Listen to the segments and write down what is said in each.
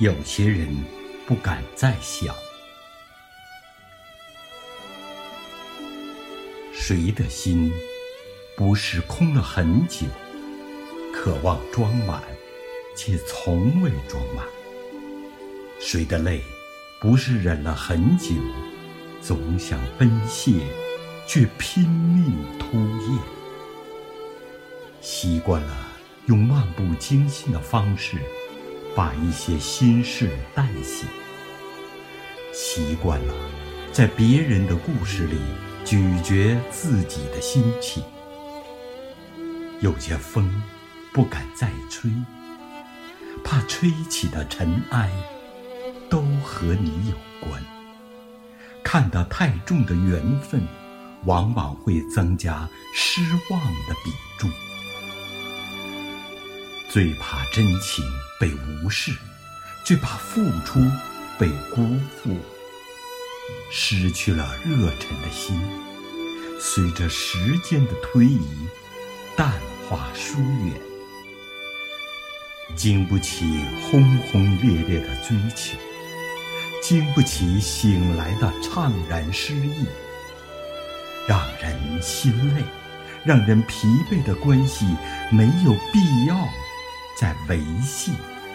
有些人不敢再想。谁的心不是空了很久，渴望装满，却从未装满？谁的泪不是忍了很久，总想奔泻，却拼命突咽？习惯了用漫不经心的方式把一些心事淡写，习惯了在别人的故事里咀嚼自己的心情。有些风不敢再吹，怕吹起的尘埃都和你有关。看得太重的缘分，往往会增加失望的比重。最怕真情被无视，最怕付出被辜负。失去了热忱的心，随着时间的推移，淡化疏远。经不起轰轰烈烈的追求，经不起醒来的怅然失意。让人心累，让人疲惫的关系，没有必要再维系。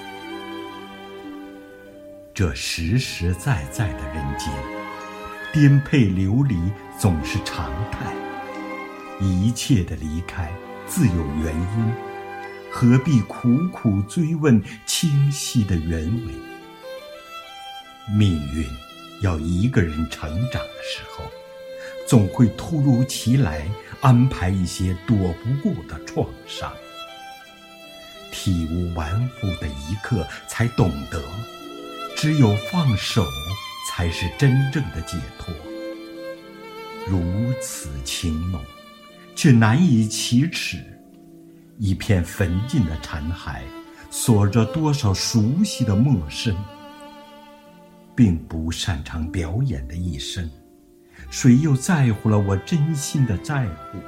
这实实在在的人间，颠沛流离总是常态。一切的离开自有原因，何必苦苦追问清晰的原委？命运要一个人成长的时候，总会突如其来安排一些躲不过的创伤。体无完肤的一刻，才懂得，只有放手才是真正的解脱。如此情浓，却难以启齿。一片焚尽的残骸，锁着多少熟悉的陌生。并不擅长表演的一生，谁又在乎了我真心的在乎？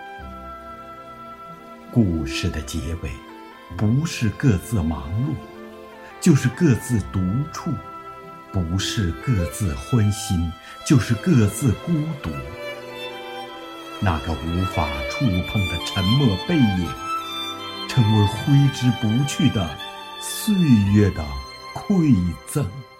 故事的结尾，不是各自忙碌，就是各自独处；不是各自欢心，就是各自孤独。那个无法触碰的沉默背影，成为挥之不去的岁月的馈赠。